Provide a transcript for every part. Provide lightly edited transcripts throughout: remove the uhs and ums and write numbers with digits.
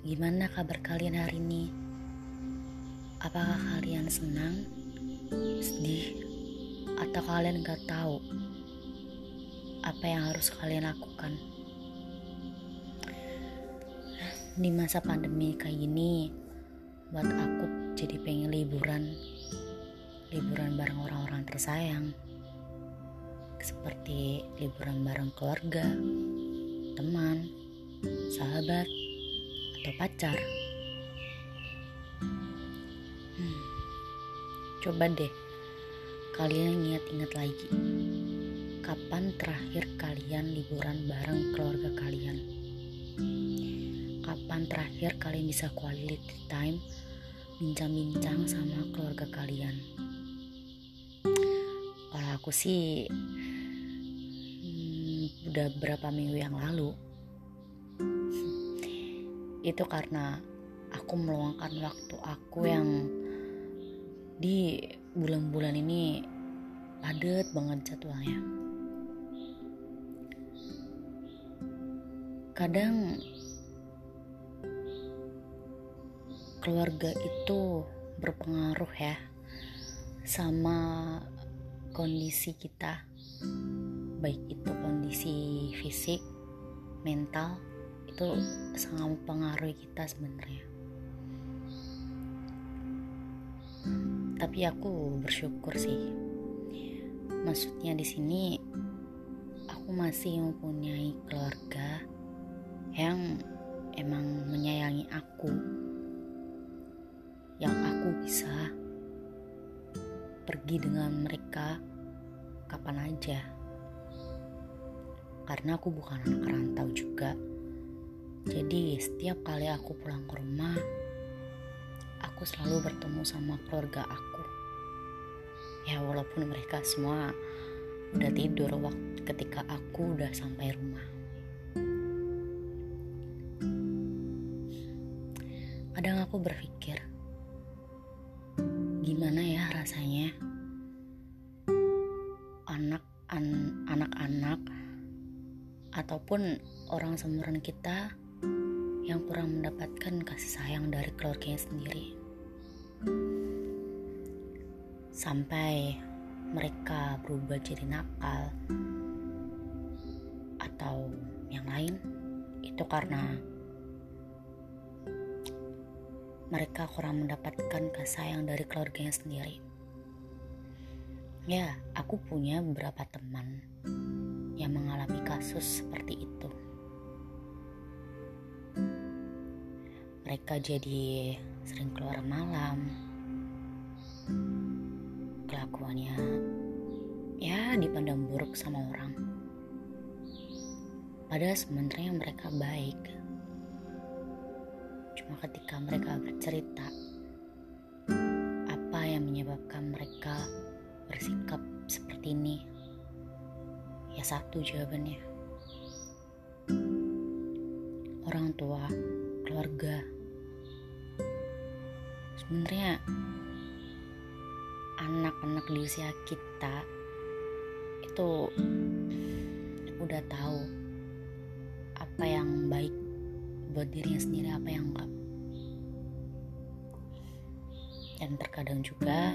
Gimana kabar kalian hari ini? Apakah kalian senang, sedih, atau kalian gak tahu apa yang harus kalian lakukan? Di masa pandemi kayak gini, buat aku jadi pengen liburan bareng orang-orang tersayang, seperti liburan bareng keluarga, teman, sahabat, atau pacar. Coba deh kalian ingat-ingat lagi, kapan terakhir kalian liburan bareng keluarga kalian? Kapan terakhir kalian bisa quality time bincang-bincang sama keluarga kalian? Kalau aku sih udah berapa minggu yang lalu. Itu karena aku meluangkan waktu aku yang di bulan-bulan ini padat banget jadwalnya. Kadang keluarga itu berpengaruh ya sama kondisi kita, baik itu kondisi fisik, mental, itu sangat mempengaruhi kita sebenarnya. Tapi aku bersyukur sih. Maksudnya di sini aku masih mempunyai keluarga yang emang menyayangi aku, yang aku bisa pergi dengan mereka kapan aja. Karena aku bukan anak rantau juga. Jadi setiap kali aku pulang ke rumah, aku selalu bertemu sama keluarga aku. Ya walaupun mereka semua udah tidur ketika aku udah sampai rumah. Kadang aku berpikir, gimana ya rasanya anak-anak ataupun orang seumuran kita yang kurang mendapatkan kasih sayang dari keluarganya sendiri, sampai mereka berubah jadi nakal atau yang lain. Itu karena mereka kurang mendapatkan kasih sayang dari keluarganya sendiri. Ya, aku punya beberapa teman yang mengalami kasus seperti itu. Mereka jadi sering keluar malam, kelakuannya ya dipandang buruk sama orang. Padahal sebenarnya mereka baik. Cuma ketika mereka bercerita apa yang menyebabkan mereka bersikap seperti ini, ya satu jawabannya, orang tua, keluarga. Sebenarnya anak-anak di usia kita itu udah tahu apa yang baik buat dirinya sendiri, apa yang enggak. Dan terkadang juga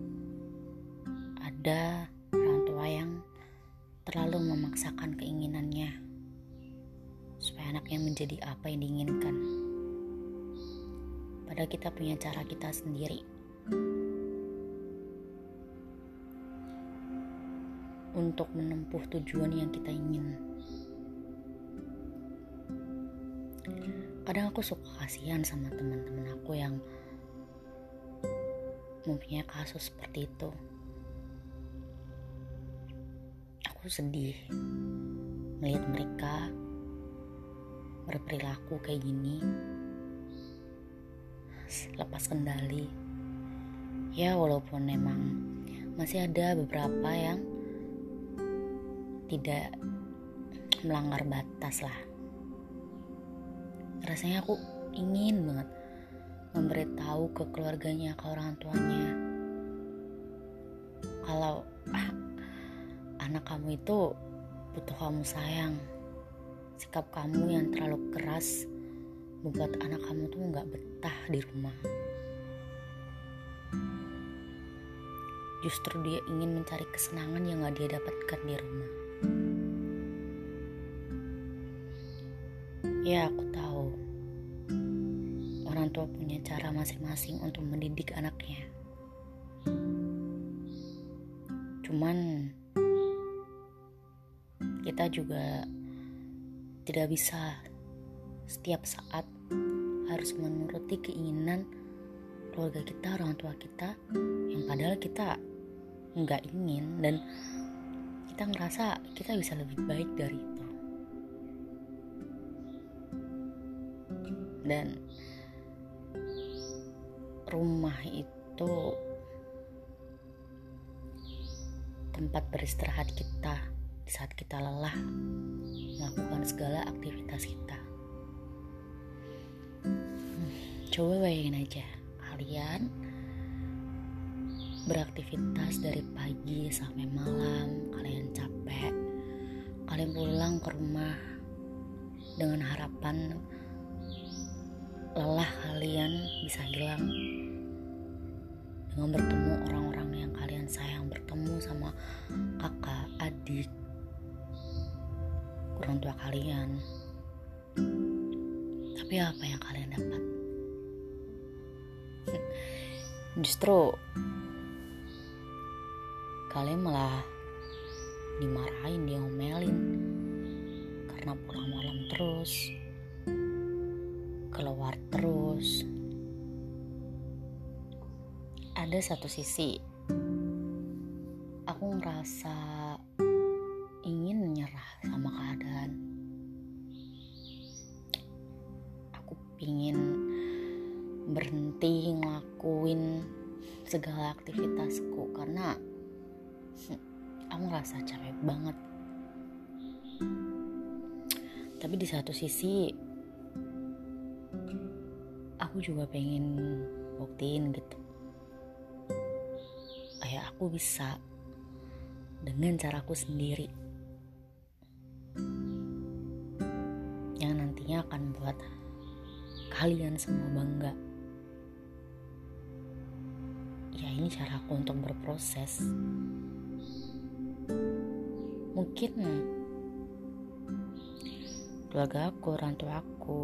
ada orang tua yang terlalu memaksakan keinginannya supaya anaknya menjadi apa yang diinginkan. Padahal kita punya cara kita sendiri untuk menempuh tujuan yang kita ingin. Kadang aku suka kasihan sama teman-teman aku yang mempunyai kasus seperti itu. Aku sedih melihat mereka berperilaku kayak gini, lepas kendali. Ya walaupun memang masih ada beberapa yang tidak melanggar batas lah. Rasanya aku ingin banget memberitahu ke keluarganya, ke orang tuanya, kalau anak kamu itu butuh kamu sayang. Sikap kamu yang terlalu keras membuat anak kamu tuh gak betah di rumah. Justru dia ingin mencari kesenangan yang gak dia dapatkan di rumah. Ya, aku tahu orang tua punya cara masing-masing untuk mendidik anaknya. Cuman kita juga tidak bisa setiap saat harus menuruti keinginan keluarga kita, orang tua kita, yang padahal kita nggak ingin dan kita ngerasa kita bisa lebih baik dari itu. Dan rumah itu tempat beristirahat kita di saat kita lelah melakukan segala aktivitas kita. Coba bayangin aja, kalian beraktivitas dari pagi sampai malam, kalian capek, kalian pulang ke rumah dengan harapan lelah kalian bisa hilang dengan bertemu orang-orang yang kalian sayang, bertemu sama kakak, adik, orang tua kalian. Tapi apa yang kalian dapat? Justru kalian malah dimarahin, diomelin karena pulang malam terus, keluar terus. Ada satu sisi aku ngerasa ingin menyerah sama keadaan. Aku pingin berhenti ngelakuin segala aktivitasku karena aku ngerasa capek banget. Tapi di satu sisi aku juga pengen buktiin gitu, kayak aku bisa dengan caraku sendiri yang nantinya akan buat kalian semua bangga. Ya, ini caraku untuk berproses. Mungkin keluarga aku, orang tua aku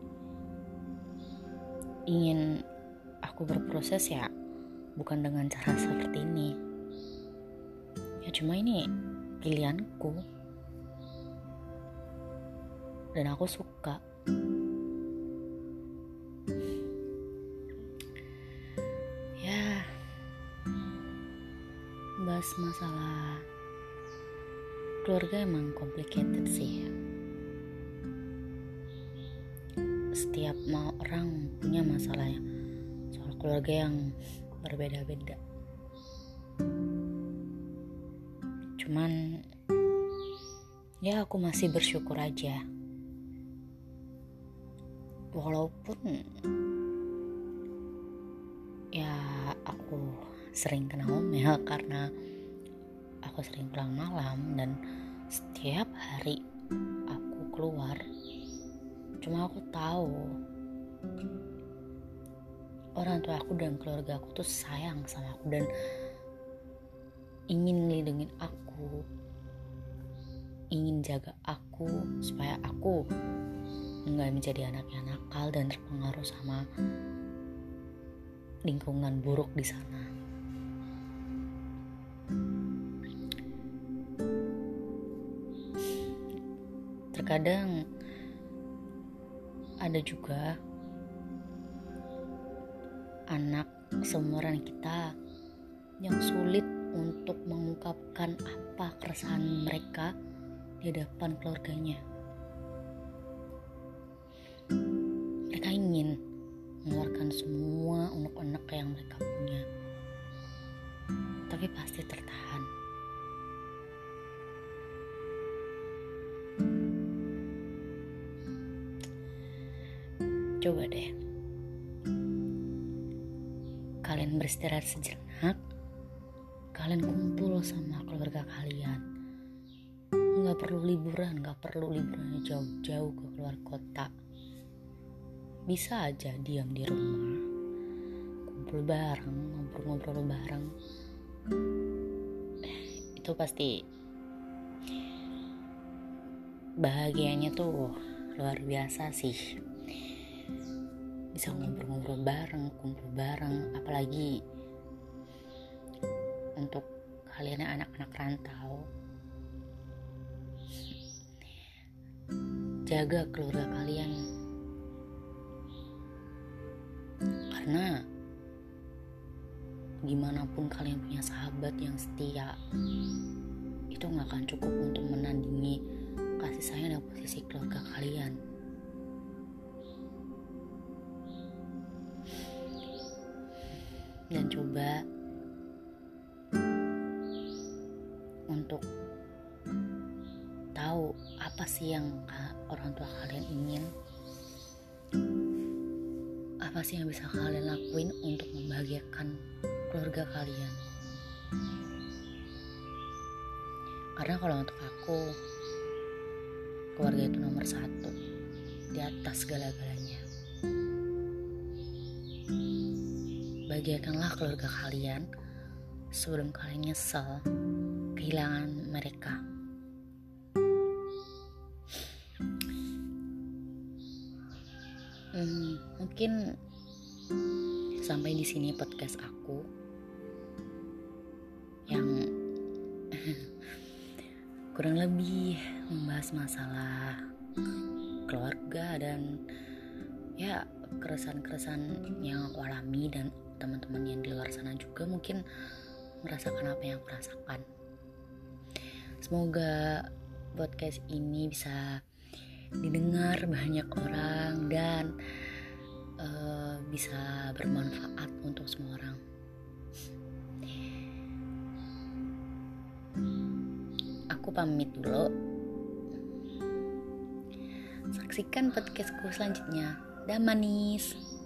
ingin aku berproses ya bukan dengan cara seperti ini. Ya cuma ini pilihanku dan aku suka. Ya, bahas masalah keluarga emang complicated sih. Setiap orang punya masalahnya soal keluarga yang berbeda-beda. Cuman ya aku masih bersyukur aja. Walaupun ya aku sering kena omel karena aku sering pulang malam dan setiap hari aku keluar. Cuma aku tahu orang tua aku dan keluarga aku tuh sayang sama aku dan ingin ngelindungin aku, ingin jaga aku supaya aku nggak menjadi anak yang nakal dan terpengaruh sama lingkungan buruk di sana. Terkadang ada juga anak seumuran kita yang sulit untuk mengungkapkan apa keresahan mereka di hadapan keluarganya. Mereka ingin mengeluarkan semua unek-unek yang mereka punya, tapi pasti tertahan. Coba deh kalian beristirahat sejenak, kalian kumpul sama keluarga kalian. Gak perlu liburan jauh-jauh ke luar kota. bisa aja diam di rumah, kumpul bareng, ngobrol-ngobrol bareng. Itu pasti bahagianya tuh luar biasa sih. Bisa ngobrol-ngobrol bareng, kumpul bareng, apalagi untuk kalian yang anak-anak rantau. Jaga keluarga kalian, karena gimana pun kalian punya sahabat yang setia, itu gak akan cukup untuk menandingi kasih sayang dan posisi keluarga kalian. Dan coba untuk tahu apa sih yang orang tua kalian ingin, apa sih yang bisa kalian lakuin untuk membahagiakan keluarga kalian. Karena kalau untuk aku, keluarga itu nomor 1 di atas segala-galanya. Bahagiakanlah keluarga kalian sebelum kalian nyesel kehilangan mereka. Mungkin sampai di sini podcast aku yang kurang lebih membahas masalah keluarga dan ya keresahan-keresahan yang aku alami, dan teman-teman yang di luar sana juga mungkin merasakan apa yang aku rasakan. Semoga podcast ini bisa didengar banyak orang dan bisa bermanfaat untuk semua orang. Aku pamit dulu. Saksikan podcastku selanjutnya. Dah manis.